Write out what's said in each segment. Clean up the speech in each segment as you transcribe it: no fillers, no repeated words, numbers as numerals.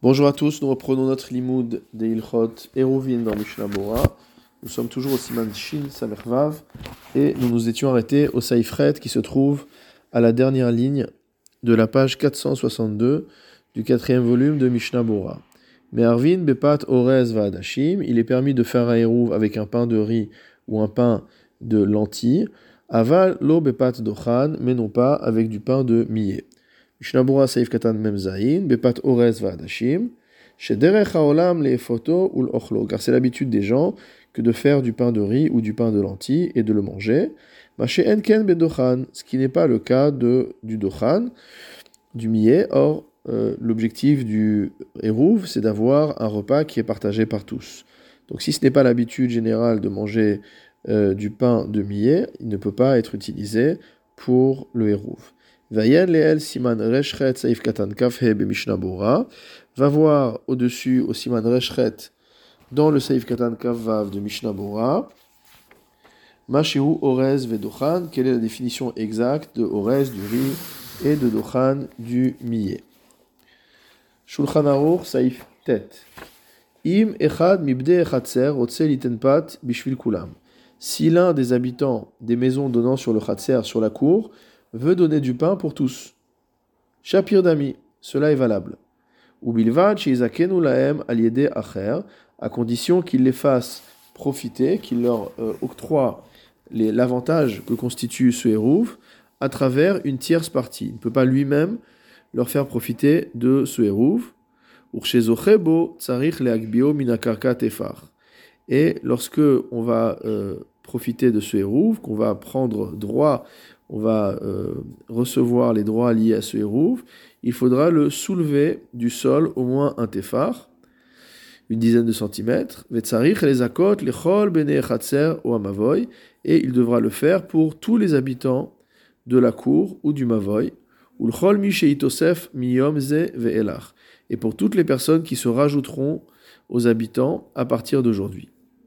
Bonjour à tous, nous reprenons notre limoud des Ilchot Eruvin dans Mishnah Bora. Nous sommes toujours au Siman Shin Samech Vav et nous nous étions arrêtés au Saifret qui se trouve à la dernière ligne de la page 462 du quatrième volume de Mishnah Bora. Mais Arvin Bepat Orez Va'adashim, il est permis de faire un Eruv avec un pain de riz ou un pain de lentilles. Aval Lo Bepat Dochan, mais non pas avec du pain de millet. Mishnah Bora Saif Katan Mem Zayin, Bepat Orez Va'adashim, Shederech Haolam Le'efoto Ul Ochlo, car c'est l'habitude des gens que de faire du pain de riz ou du pain de lentilles et de le manger. Maché Enken Bedochan, ce qui n'est pas le cas du Dochan, du millet. Or, l'objectif du Eruv, c'est d'avoir un repas qui est partagé par tous. Donc si ce n'est pas l'habitude générale de manger du pain de millet, il ne peut pas être utilisé pour le Eruv. Vayen leel siman reshret saif katan kafhe be Mishnah Bora. Va voir au-dessus au siman reshret dans le saif katan kavav de Mishnah Bora. Mashihu orez vedochan. Quelle est la définition exacte de orez du riz et de dochan du millet? Shulchan Aruch saif tet. Im echad mibde echatser rotse litenpat bishvil kulam. Si l'un des habitants des maisons donnant sur le chatser, sur la cour, veut donner du pain pour tous. Shapir dami, cela est valable. Ou bilvad sheizakenu lahem al yede acher, à condition qu'il les fasse profiter, qu'il leur octroie l'avantage que constitue ce Eruv à travers une tierce partie. Il ne peut pas lui-même leur faire profiter de ce Eruv. Urshezochebo tsarich leagbio minakarka tefar. Et lorsque on va profiter de ce Eruv, qu'on va prendre droit, on va recevoir les droits liés à ce Eruv, il faudra le soulever du sol au moins un tefar, une dizaine de centimètres, vetzarich les akot, les chol, bene chatser ou amavoy, et il devra le faire pour tous les habitants de la cour ou du mavoy, ou le chol mi sheitosef miyom ze ve'elach, et pour toutes les personnes qui se rajouteront aux habitants à partir d'aujourd'hui.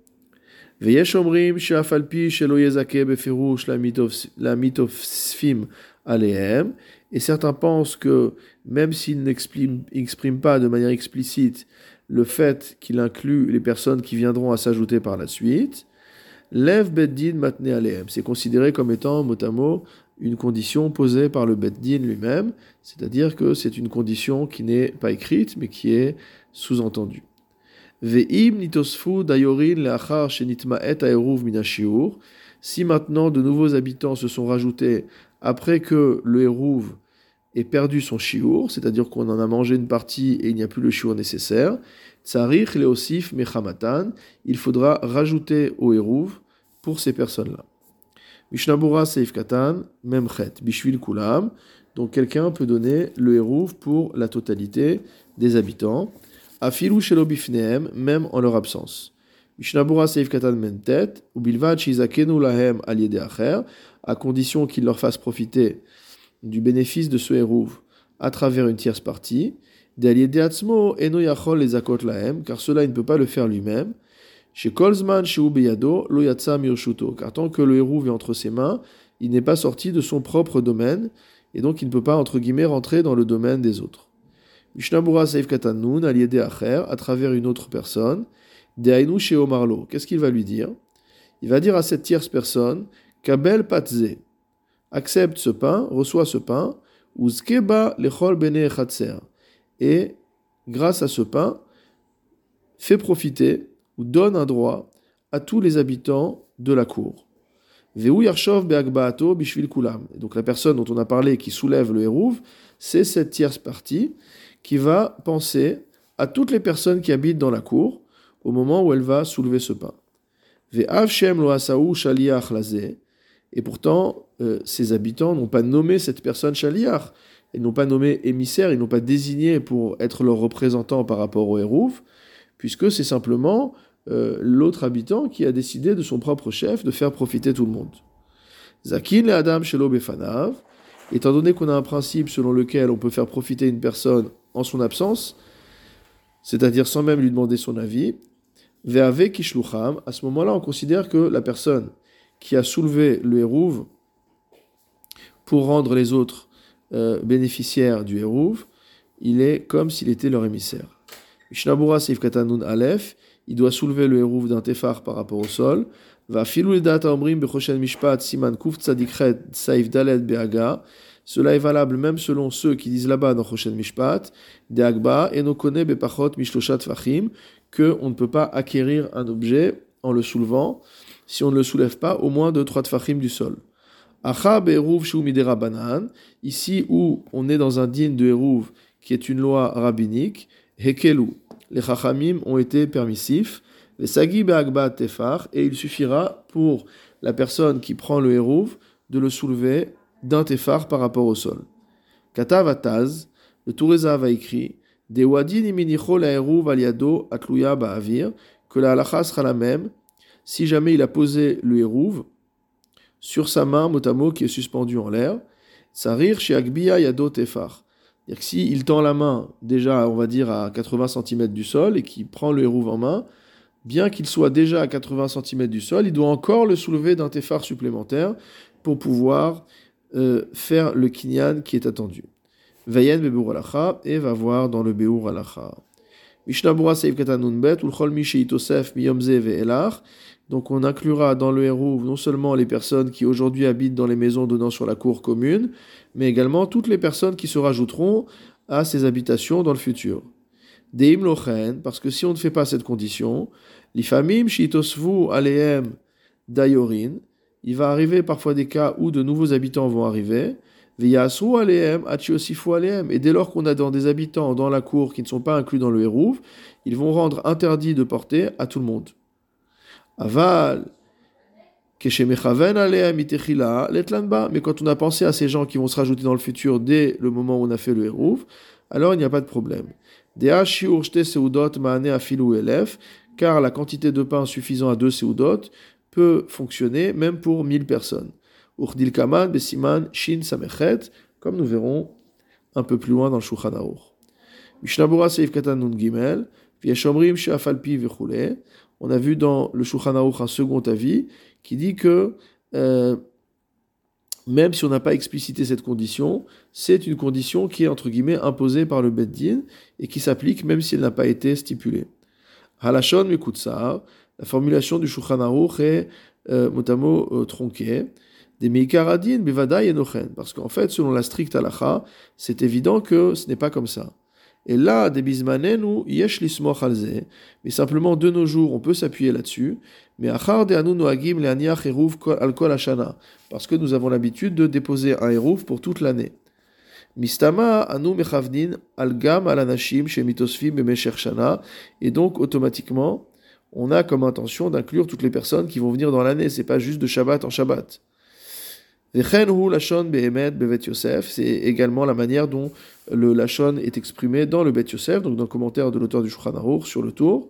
Veyesh omrim she'afalpi shelo yezake befirush la mitofsfim alehem, et certains pensent que même s'il n'exprime pas de manière explicite le fait qu'il inclut les personnes qui viendront à s'ajouter par la suite, lev beddin matne alehem, c'est considéré comme étant mot à mot une condition posée par le beddin lui-même, c'est-à-dire que c'est une condition qui n'est pas écrite mais qui est sous-entendue. Ve'im nitosfu dayorin le'achar shenitma'et ha'eruv min ha'shiur. Si maintenant de nouveaux habitants se sont rajoutés après que le Eruv ait perdu son shiur, c'est-à-dire qu'on en a mangé une partie et il n'y a plus le shiur nécessaire, tsarich leosif mechamatan, il faudra rajouter au Eruv pour ces personnes-là. Mishnah Bora seif katan memchet bishvil kulam. Donc quelqu'un peut donner le Eruv pour la totalité des habitants. Afilu shelo bifnehem, même en leur absence. Mishnah Bora seif katan mentet, ou bilvad shizakenu lahem al yede acher, à condition qu'il leur fasse profiter du bénéfice de ce Eruv à travers une tierce partie. De al yede atzmo eno yachol les akot lahem, car cela il ne peut pas le faire lui-même. Chez kolzman sheu beyado lo yatsa mirshuto, car tant que le Eruv est entre ses mains, il n'est pas sorti de son propre domaine, et donc il ne peut pas entre guillemets rentrer dans le domaine des autres. Mishnah Bora Seif Katan Nun, al yede acher, à travers une autre personne, Dehainu chez Omarlo. Qu'est-ce qu'il va lui dire? Il va dire à cette tierce personne, Kabel patze, accepte ce pain, reçoit ce pain, Uzkeba lechol bene chatser, et grâce à ce pain, fait profiter ou donne un droit à tous les habitants de la cour. Veu yarshov beagbaato bishvil kulam. Donc la personne dont on a parlé qui soulève le Eruv, c'est cette tierce partie qui va penser à toutes les personnes qui habitent dans la cour au moment où elle va soulever ce pain. Ve'av shem lo asaou shaliach lazeh. Et pourtant, ces habitants n'ont pas nommé cette personne shaliach. Ils n'ont pas nommé émissaire, ils n'ont pas désigné pour être leur représentant par rapport au Eruv, puisque c'est simplement l'autre habitant qui a décidé de son propre chef de faire profiter tout le monde. Zakin le adam shelo befanav. Étant donné qu'on a un principe selon lequel on peut faire profiter une personne en son absence, c'est-à-dire sans même lui demander son avis, ve'ave kishlucham, à ce moment-là, on considère que la personne qui a soulevé le Eruv pour rendre les autres bénéficiaires du Eruv, il est comme s'il était leur émissaire. Mishnabura Seif Katanun Aleph, il doit soulever le hérouv d'un tefar par rapport au sol. Va filou le data omrim bechoshen mishpat siman kuf tzadikret saif dalet behaga. Cela est valable même selon ceux qui disent là-bas dans Choshen Mishpat, de Agba, et no kone bepachot mishloshat fachim, que on ne peut pas acquérir un objet en le soulevant, si on ne le soulève pas au moins de 3 tfachim du sol. Acha be'eruv shu midera banan, ici où on est dans un din de eruv qui est une loi rabbinique, hekelu, les chachamim ont été permissifs, les sagi be'agba tefar, et il suffira pour la personne qui prend le eruv de le soulever d'un tefar par rapport au sol. Katav Ataz, le Tourezav a écrit De wadin iminicho la eruv aliado atluya ba'avir, que la halacha sera la même si jamais il a posé le eruv sur sa main motamo qui est suspendue en l'air. Sarir chez Agbiya yado tefar. C'est-à-dire que s'il tend la main déjà, on va dire, à 80 cm du sol et qu'il prend le eruv en main, bien qu'il soit déjà à 80 cm du sol, il doit encore le soulever d'un tefar supplémentaire pour pouvoir faire le kinyan qui est attendu. Vayen bebeur alacha, et va voir dans le beur alacha. Mishnabura seif katanun bet ulchol mi sheitosef miyomze ve'elach. Donc on inclura dans le hérouv non seulement les personnes qui aujourd'hui habitent dans les maisons donnant sur la cour commune, mais également toutes les personnes qui se rajouteront à ces habitations dans le futur. Deim lochen, parce que si on ne fait pas cette condition, lifamim sheitosvu aleem dayorin, il va arriver parfois des cas où de nouveaux habitants vont arriver, et dès lors qu'on a dans des habitants dans la cour qui ne sont pas inclus dans le hérouv, ils vont rendre interdit de porter à tout le monde. Aval, mais quand on a pensé à ces gens qui vont se rajouter dans le futur dès le moment où on a fait le hérouv, alors il n'y a pas de problème. Car la quantité de pain suffisant à 2 seudot peut fonctionner même pour 1000 personnes. Urdil kaman besiman shin samechet, comme nous verrons un peu plus loin dans le Shulchan Aruch. Mishnabura seif katan nun gimel, vieshomrim sheafalpi vechule. On a vu dans le Shulchan Aruch un second avis qui dit que même si on n'a pas explicité cette condition, c'est une condition qui est entre guillemets imposée par le Bet Din et qui s'applique même si elle n'a pas été stipulée. Halashon mekutsar, la formulation du Shulchan Aruch est motamo tronquée. Des meikaradin bevadai enochen, parce qu'en fait, selon la stricte halacha, c'est évident que ce n'est pas comme ça. Et là, des bismanenu yesh lismoch alze, mais simplement de nos jours, on peut s'appuyer là-dessus. Mais achar de anu noagim leaniach eruv al kol hashana, parce que nous avons l'habitude de déposer un eruv pour toute l'année. Mistama anu mechavdin al gam al anashim shemitosfim bemesher shana, et donc automatiquement, on a comme intention d'inclure toutes les personnes qui vont venir dans l'année. C'est pas juste de Shabbat en Shabbat. C'est également la manière dont le lashon est exprimé dans le Bet Yosef, donc dans le commentaire de l'auteur du Shulchan Aruch sur le tour.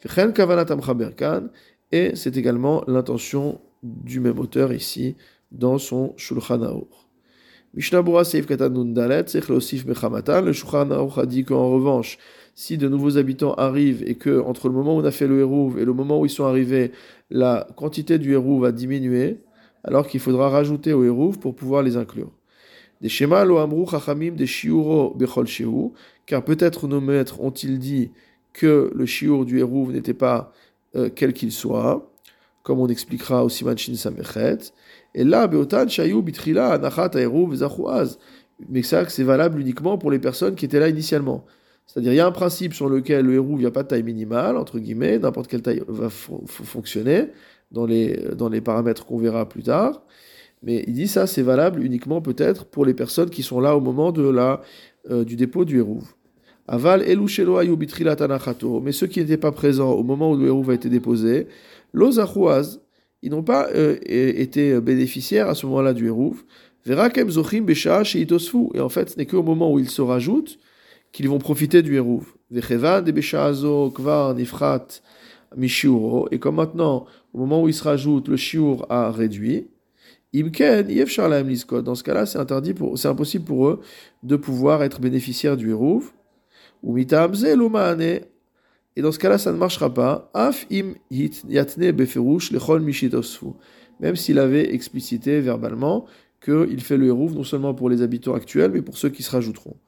Et c'est également l'intention du même auteur ici dans son Shulchan Aruch. Mishnabura Seif Katan Nun Dalet, Sech Leosif Mechamatan. Le Shulchan Aruch a dit qu'en revanche, si de nouveaux habitants arrivent et que entre le moment où on a fait le hérouv et le moment où ils sont arrivés, la quantité du hérouv va diminuer, alors qu'il faudra rajouter au hérouv pour pouvoir les inclure. Des schémas lo amrou chachamim des shiuro bechol shehu, car peut-être nos maîtres ont-ils dit que le shiur du hérouv n'était pas quel qu'il soit, comme on expliquera au Siman Shin Samechet. Et là, beotan shayu bitrila anachat hérouv zachuaz, mais ça c'est valable uniquement pour les personnes qui étaient là initialement. C'est-à-dire il y a un principe sur lequel le hérouv, il n'y a pas de taille minimale, entre guillemets, n'importe quelle taille va fonctionner, dans les paramètres qu'on verra plus tard, mais il dit ça c'est valable uniquement peut-être pour les personnes qui sont là au moment du dépôt du hérouv. Aval elu shelo ayu bitrilat anachato, mais ceux qui n'étaient pas présents au moment où le hérouv a été déposé, lo zachuaz, ils n'ont pas été bénéficiaires à ce moment-là du hérouv. Verakem zochim besha sheitosfu, et en fait ce n'est qu'au moment où ils se rajoutent qu'ils vont profiter du hérouv. Vechevan de besha azo kvar nifrat mishiuro, et comme maintenant au moment où il se rajoute, le shiur a réduit. Imken, yefshar lahem liskot. Dans ce cas-là, c'est impossible pour eux de pouvoir être bénéficiaires du hérouv. Ou mitaamze lomaane. Et dans ce cas-là, ça ne marchera pas. Af im yatne beferush lechol mishitosfu. Même s'il avait explicité verbalement qu'il fait le hérouv non seulement pour les habitants actuels, mais pour ceux qui se rajouteront.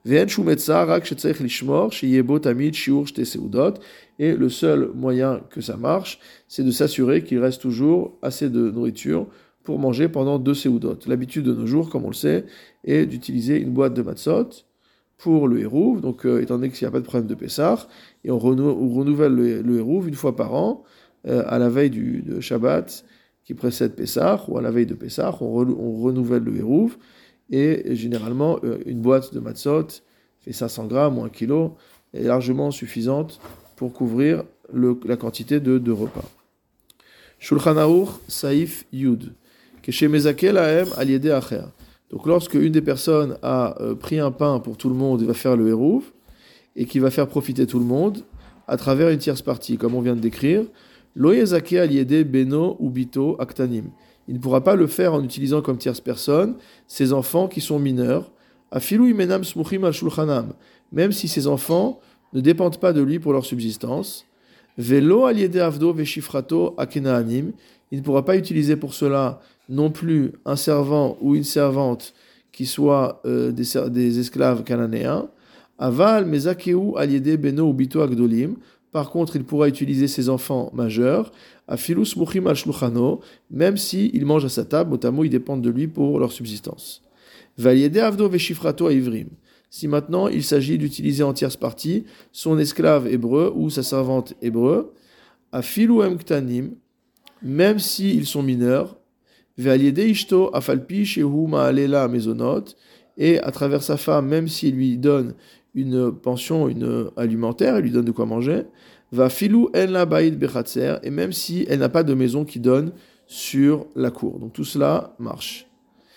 Ve'en shumetza rak shetzarich lishmor sheyebo tamid shiur shte seudot. Et le seul moyen que ça marche, c'est de s'assurer qu'il reste toujours assez de nourriture pour manger pendant 2 seudot. L'habitude de nos jours, comme on le sait, est d'utiliser une boîte de matzot pour le hérouv, donc étant donné qu'il n'y a pas de problème de Pessah, et on renouvelle le hérouv une fois par an, à la veille de Shabbat qui précède Pessah, ou à la veille de Pessah, on renouvelle le hérouv, et généralement, une boîte de matzot fait 500 grammes ou 1 kilo, est largement suffisante pour couvrir la quantité de repas. Shulchan Aruch, Saïf Yud, Keshe Mezakel Ahem Al Yede Acher. Donc lorsque une des personnes a pris un pain pour tout le monde et va faire le hérouv, et qui va faire profiter tout le monde, à travers une tierce partie, comme on vient de décrire, Lo Yezake Al Yede Beno ou Bito Aktanim. Il ne pourra pas le faire en utilisant comme tierce personne ses enfants qui sont mineurs, Afilu Imenam Smuchim Al Shulchanam, même si ses enfants ne dépendent pas de lui pour leur subsistance. Velo Al Yede Avdo Veshifrato Akenaanim. Il ne pourra pas utiliser pour cela non plus un servant ou une servante qui soient des esclaves cananéens. Aval Mezakeu Al Yede Beno ou Bito Agdolim. Par contre, il pourra utiliser ses enfants majeurs, Afilu Smuchim Al Shulchano, même s'ils mangent à sa table, notamment ils dépendent de lui pour leur subsistance. Val Yede Avdo Veshifrato Aivrim. Si maintenant il s'agit d'utiliser en tierce partie son esclave hébreu ou sa servante hébreu, Afilu Emktanim, même s'ils sont mineurs, Val Yede Ishto Afalpi Shehu Ma'alela Mezonot, et à travers sa femme, même s'il lui donne une pension, une alimentaire, elle lui donne de quoi manger, va filou en la baïd bechatzer, et même si elle n'a pas de maison qui donne sur la cour. Donc tout cela marche.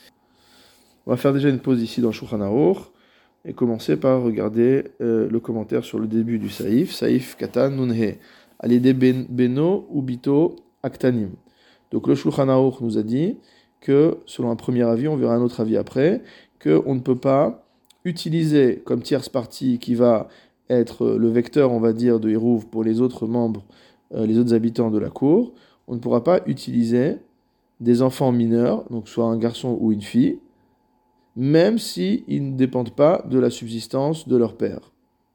On va faire déjà une pause ici dans Shulchan Aruch et commencer par regarder le commentaire sur le début du Saïf. Saïf Katan Nunhe, Alide Beno ou Bito Aktanim. Donc le Shulchan Aruch nous a dit que, selon un premier avis, on verra un autre avis après, qu'on ne peut pas utiliser comme tierce partie qui va être le vecteur, on va dire, de hérouv pour les autres membres, les autres habitants de la cour, on ne pourra pas utiliser des enfants mineurs, donc soit un garçon ou une fille, même s'ils ne dépendent pas de la subsistance de leur père.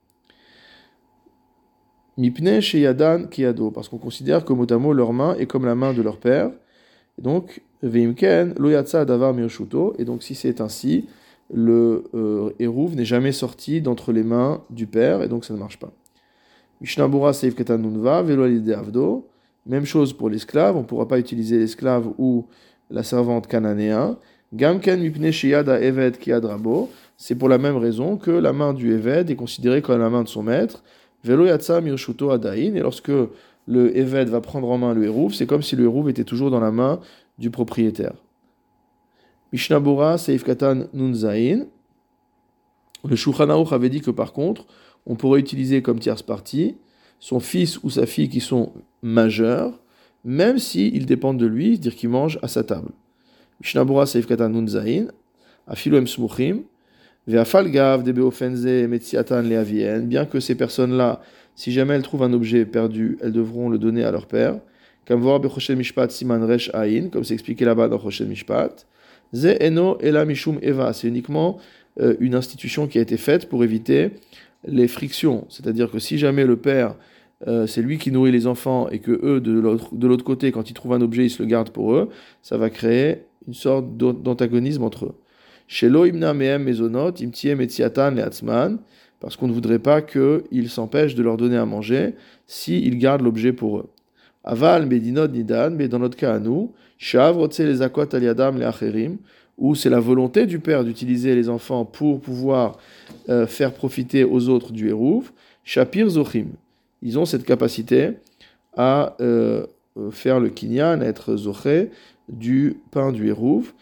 Mipne sheyadan kiyado, parce qu'on considère que mot à mot leur main est comme la main de leur père, et donc veimken lo yatsa davar mirshuto, et donc si c'est ainsi, le hérouv n'est jamais sorti d'entre les mains du père, et donc ça ne marche pas. Mishnabura seif katan nunva velo alide avdo. Même chose pour l'esclave, on ne pourra pas utiliser l'esclave ou la servante cananéen. Gamken mipne sheyada eved kiad rabo. C'est pour la même raison que la main du eved est considérée comme la main de son maître. Velo yatsa mirshuto adain. Et lorsque le eved va prendre en main le hérouv, c'est comme si le hérouv était toujours dans la main du propriétaire. Mishnabura seif katan nunzain. Le Shulchan Aruch avait dit que par contre, on pourrait utiliser comme tierce partie son fils ou sa fille qui sont majeurs, même s'ils dépendent de lui, c'est-à-dire qu'ils mangent à sa table. Mishnabura seif katan nunzain, afilu em smuchim, ve'afal gav de beofenze metziatan leavien, bien que ces personnes-là, si jamais elles trouvent un objet perdu, elles devront le donner à leur père. Comme voir bechoshen mishpat siman resh ain, comme c'est expliqué là-bas dans Choshen Mishpat. Ze eno ela mishum eva, c'est uniquement une institution qui a été faite pour éviter les frictions. C'est-à-dire que si jamais le père, c'est lui qui nourrit les enfants et que eux, de l'autre côté, quand ils trouvent un objet, ils se le gardent pour eux, ça va créer une sorte d'antagonisme entre eux. Shelo imna mehem mezonot, imtiem etziatan leatzman, parce qu'on ne voudrait pas qu'ils s'empêchent de leur donner à manger s'ils gardent l'objet pour eux. Aval medinod nidan, mais dans notre cas à nous, shav rotse les akot aliadam le acherim, où c'est la volonté du père d'utiliser les enfants pour pouvoir faire profiter aux autres du hérouv, shapir zochim. Ils ont cette capacité à faire le kinyan, à être zoché du pain du hérouv.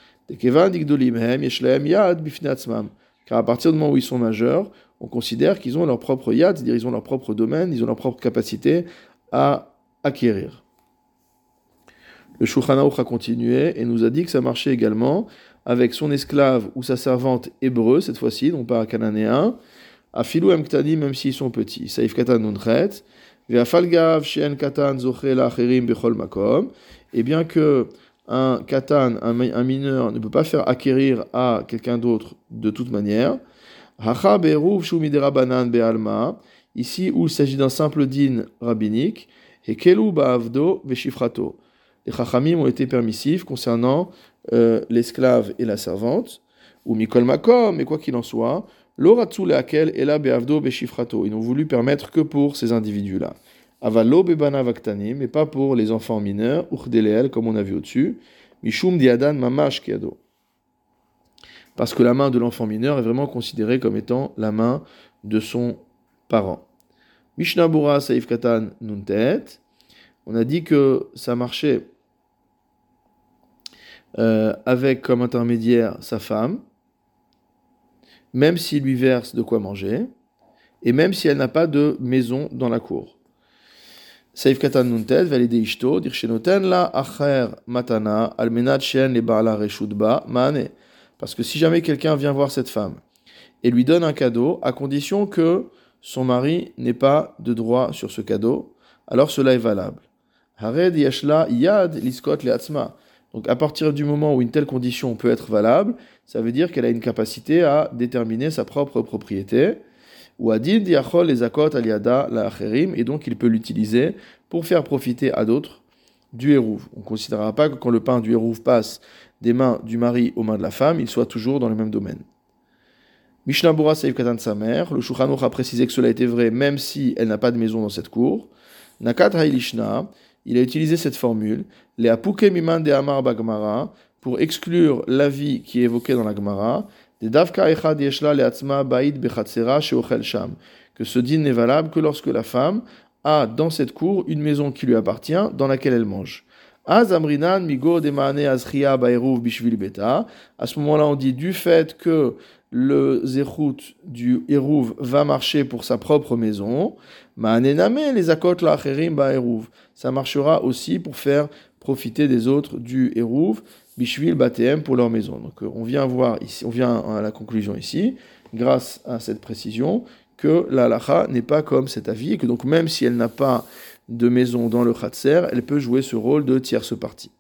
Car à partir du moment où ils sont majeurs, on considère qu'ils ont leur propre yad, c'est-à-dire ils ont leur propre domaine, ils ont leur propre capacité à acquérir. Le Shulchan Aruch a continué et nous a dit que ça marchait également avec son esclave ou sa servante hébreu, cette fois-ci, non pas cananéen, à filou emktani, même s'ils sont petits. Saïf katan nunret, ve'afal gav she'en katan zoché la'acherim bechol makom, et bien que un katan, un mineur, ne peut pas faire acquérir à quelqu'un d'autre de toute manière, Hacha be'eruv shu miderabanan be'alma, ici où il s'agit d'un simple din rabbinique, hekelu ba'avdo ve'shifrato. Les chachamim ont été permissifs concernant l'esclave et la servante, ou mikol makom, mais quoi qu'il en soit, l'oratsu le'akel ela be'avdo ve'shifrato. Ils n'ont voulu permettre que pour ces individus-là. Avalo be'bana vaktanim, mais pas pour les enfants mineurs, uchdeleel, comme on a vu au-dessus, mishum diadan mamash kiado. Parce que la main de l'enfant mineur est vraiment considérée comme étant la main de son parent. Mishnah Bura Saif Katan Nuntet. On a dit que ça marchait avec comme intermédiaire sa femme, même s'il lui verse de quoi manger, et même si elle n'a pas de maison dans la cour. Saif Katan Nuntet, valide Ishto, dir Shenoten la acher matana, almenat shen le ba'ala reshutba, maane. Parce que si jamais quelqu'un vient voir cette femme et lui donne un cadeau, à condition que son mari n'ait pas de droit sur ce cadeau, alors cela est valable. Hared yashla yad liskot leatzma. Donc à partir du moment où une telle condition peut être valable, ça veut dire qu'elle a une capacité à déterminer sa propre propriété. Ou adid yachol les akot aliada la acherim, et donc il peut l'utiliser pour faire profiter à d'autres du hérouv. On ne considérera pas que quand le pain du hérouv passe des mains du mari aux mains de la femme, il soit toujours dans le même domaine. Mishnah Bura Seif Katan Samer, le Shulchan Aruch a précisé que cela était vrai même si elle n'a pas de maison dans cette cour. Nakat Hailishna, il a utilisé cette formule, les Apuke Miman de Amar Bagmara, pour exclure l'avis qui est évoqué dans la Gemara, des Davka Echad Yeshla le Atzma Baïd Bechatzera Sheochel Sham, que ce din n'est valable que lorsque la femme a dans cette cour une maison qui lui appartient, dans laquelle elle mange. Az amrinan migo demane azria ba'eruv bishvil beta. À ce moment-là, on dit du fait que le zechut du eruv va marcher pour sa propre maison, ma'anename les akot la'acherim ba'eruv. Ça marchera aussi pour faire profiter des autres du eruv bishvil batem pour leur maison. Donc on vient voir ici, on vient à la conclusion ici, grâce à cette précision, que la halacha n'est pas comme cet avis et que donc même si elle n'a pas de maison dans le Khatser, elle peut jouer ce rôle de tierce partie.